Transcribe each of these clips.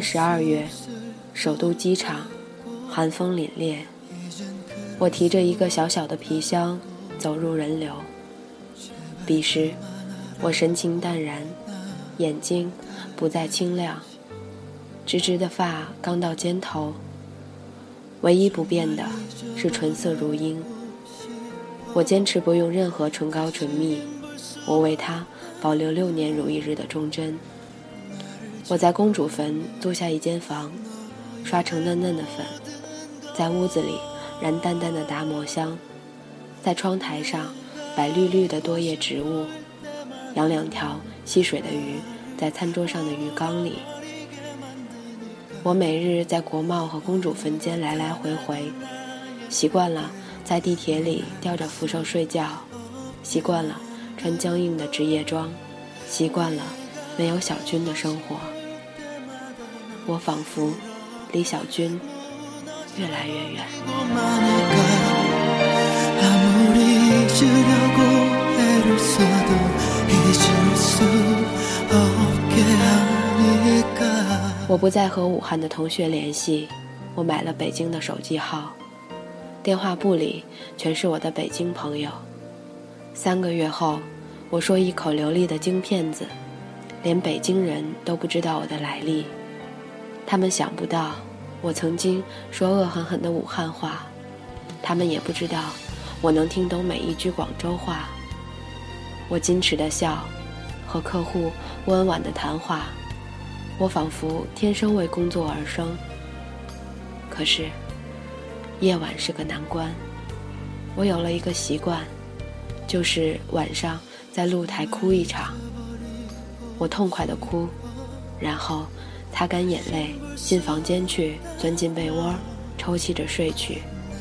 12月，首都机场，寒风凛冽。我提着一个小小的皮箱走入人流。彼时我神情淡然，眼睛不再清亮，直直的发刚到肩头，唯一不变的是唇色如樱。我坚持不用任何唇膏唇蜜，我为它保留6年如一日的忠贞。我在公主坟租下一间房，刷成嫩嫩的粉，在屋子里燃淡淡的达摩香，在窗台上摆绿绿的多叶植物，养2条吸水的鱼在餐桌上的鱼缸里。我每日在国贸和公主坟间来来回回，习惯了在地铁里吊着扶手睡觉，习惯了穿僵硬的职业装，习惯了没有小军的生活。我仿佛离小军越来越远。我不再和武汉的同学联系，我买了北京的手机号，电话簿里全是我的北京朋友。3个月后，我说一口流利的京片子，连北京人都不知道我的来历。他们想不到我曾经说恶狠狠的武汉话，他们也不知道我能听懂每一句广州话。我矜持的笑，和客户温婉的谈话，我仿佛天生为工作而生。可是夜晚是个难关，我有了一个习惯，就是晚上在露台哭一场。我痛快地哭，然后擦干眼泪，进房间去，钻进被窝，抽泣着睡去。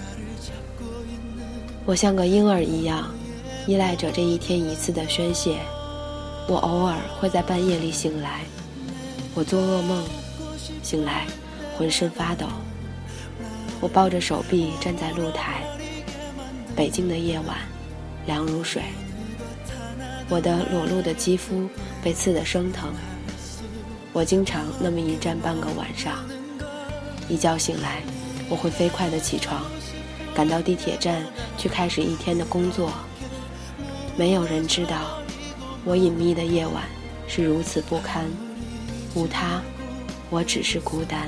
我像个婴儿一样，依赖着这1天1次的宣泄。我偶尔会在半夜里醒来，我做噩梦，醒来浑身发抖。我抱着手臂站在露台，北京的夜晚凉如水，我的裸露的肌肤被刺得生疼。我经常那么一站半个晚上，一觉醒来，我会飞快地起床，赶到地铁站去开始1天的工作。没有人知道我隐秘的夜晚是如此不堪，无他，我只是孤单。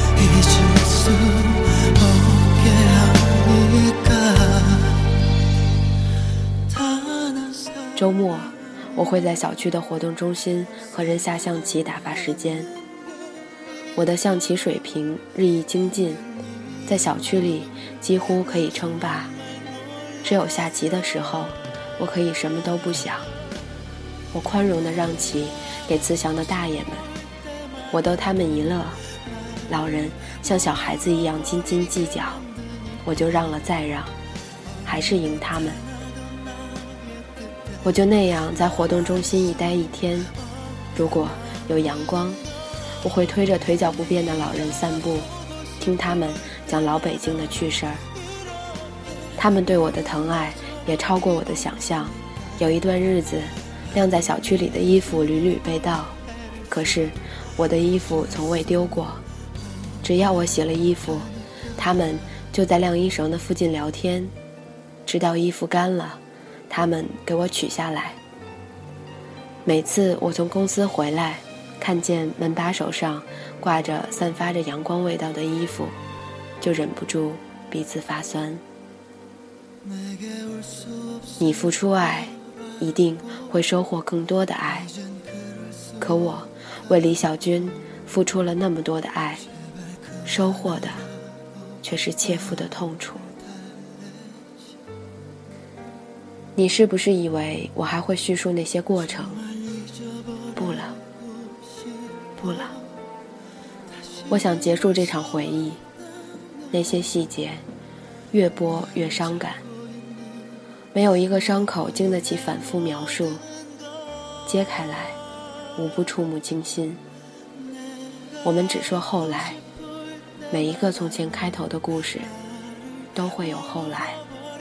周末我会在小区的活动中心和人下象棋打发时间。我的象棋水平日益精进，在小区里几乎可以称霸。只有下棋的时候，我可以什么都不想。我宽容地让棋给慈祥的大爷们，我逗他们一乐。老人像小孩子一样斤斤计较，我就让了再让，还是赢他们。我就那样在活动中心一待1天，如果有阳光，我会推着腿脚不便的老人散步，听他们讲老北京的趣事儿。他们对我的疼爱也超过我的想象。有一段日子，晾在小区里的衣服屡屡被盗，可是我的衣服从未丢过。只要我洗了衣服，他们就在晾衣绳的附近聊天，直到衣服干了，他们给我取下来。每次我从公司回来，看见门把手上挂着散发着阳光味道的衣服，就忍不住鼻子发酸。你付出爱，一定会收获更多的爱。可我为李小军付出了那么多的爱，收获的却是切肤的痛楚。你是不是以为我还会叙述那些过程？不了，不了。我想结束这场回忆，那些细节越播越伤感，没有一个伤口经得起反复描述，揭开来无不触目惊心。我们只说后来，每一个从前开头的故事都会有后来。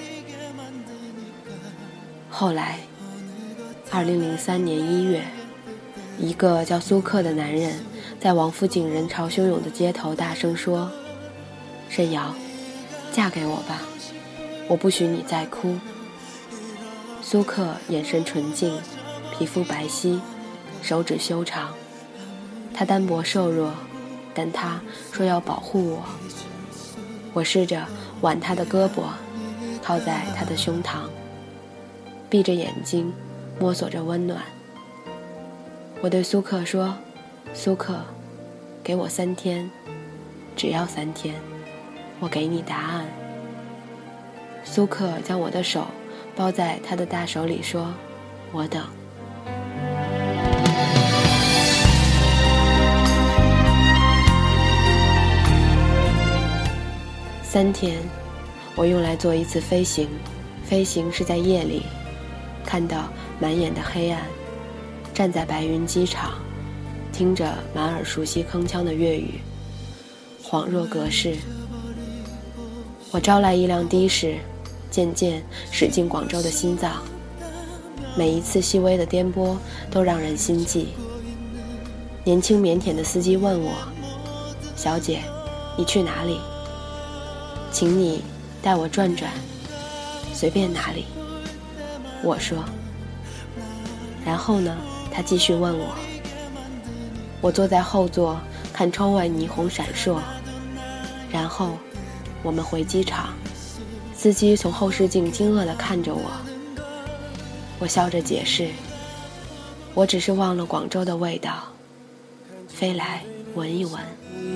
后来2003年1月，一个叫苏克的男人在王府井人潮汹涌的街头大声说：沈瑶，嫁给我吧，我不许你再哭。苏克眼神纯净，皮肤白皙，手指修长。他单薄瘦弱，但他说要保护我。我试着挽他的胳膊，靠在他的胸膛，闭着眼睛摸索着温暖。我对苏克说：苏克，给我3天，只要3天，我给你答案。苏克将我的手包在他的大手里说：我等。3天，我用来做一次飞行，飞行是在夜里，看到满眼的黑暗，站在白云机场，听着满耳熟悉铿锵的粤语，恍若隔世。我招来一辆的士，渐渐驶进广州的心脏，每一次细微的颠簸都让人心悸。年轻腼腆的司机问我：小姐，你去哪里？请你带我转转，随便哪里。我说。然后呢？他继续问我。我坐在后座，看窗外霓虹闪烁。然后我们回机场，司机从后视镜惊愕地看着我。我笑着解释，我只是忘了广州的味道，飞来闻一闻。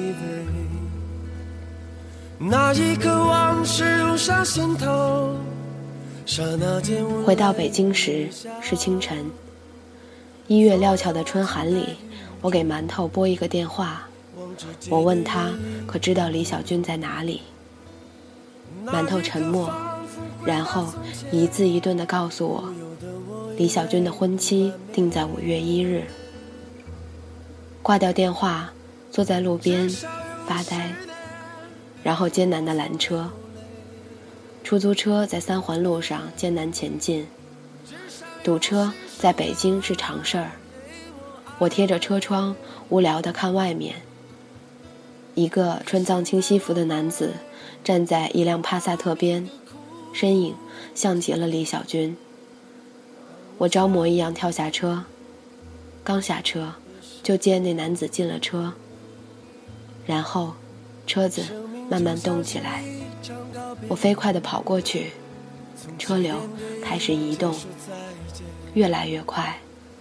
那一刻往事涌上心头。回到北京时是清晨，1月料峭的春寒里，我给馒头拨一个电话，我问他可知道李小军在哪里。馒头沉默，然后一字一顿地告诉我，李小军的婚期定在5月1日。挂掉电话，坐在路边发呆，然后艰难地拦车。出租车在3环路上艰难前进，堵车在北京是常事儿。我贴着车窗无聊地看外面，一个穿藏青西服的男子站在一辆帕萨特边，身影像极了李小军。我着魔一样跳下车，刚下车就见那男子进了车，然后车子慢慢动起来，我飞快地跑过去，车流开始移动，越来越快。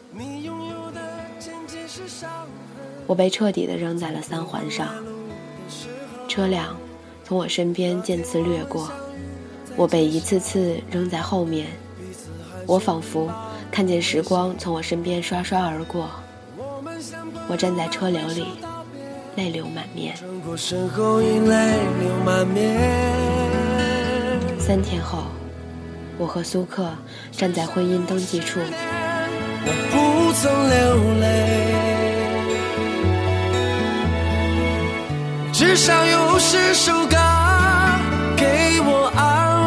我被彻底地扔在了3环上，车辆从我身边渐次掠过，我被一次次扔在后面，我仿佛看见时光从我身边刷刷而过。我站在车流里，泪流满面。3天后，我和苏克站在婚姻登记处，我不曾流泪，至少有10首歌给我安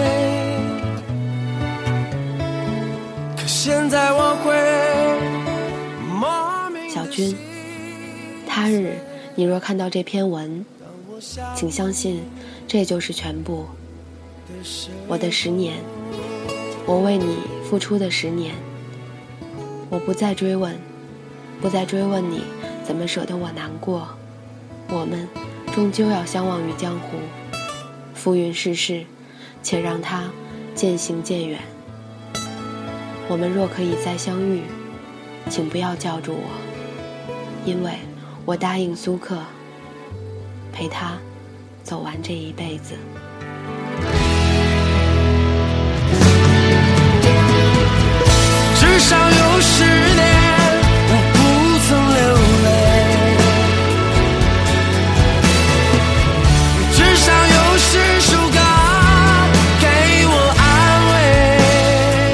慰，可现在我会莫名。小军，他日你若看到这篇文，请相信这就是全部。我的10年，我为你付出的10年，我不再追问，不再追问你怎么舍得我难过。我们终究要相忘于江湖，浮云世事，且让它渐行渐远。我们若可以再相遇，请不要叫住我，因为我答应苏克，陪他走完这一辈子。至少有10年我不曾流泪，至少有10首歌给我安慰，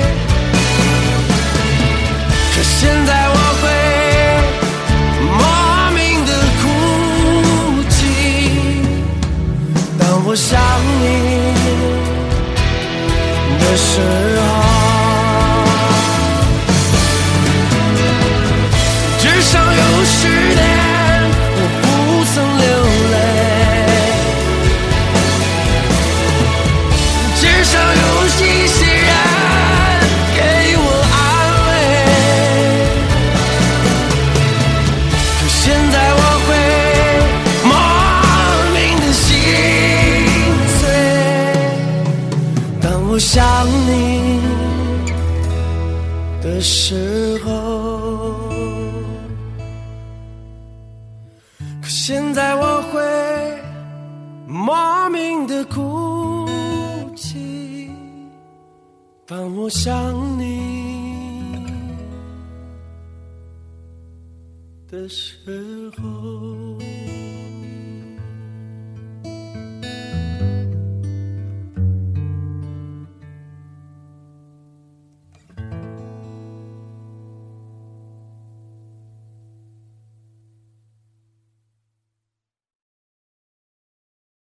可现在我会莫名的哭泣，当我想你的时候。至少有10年的时候，可现在我会莫名的哭泣，当我想你的时候。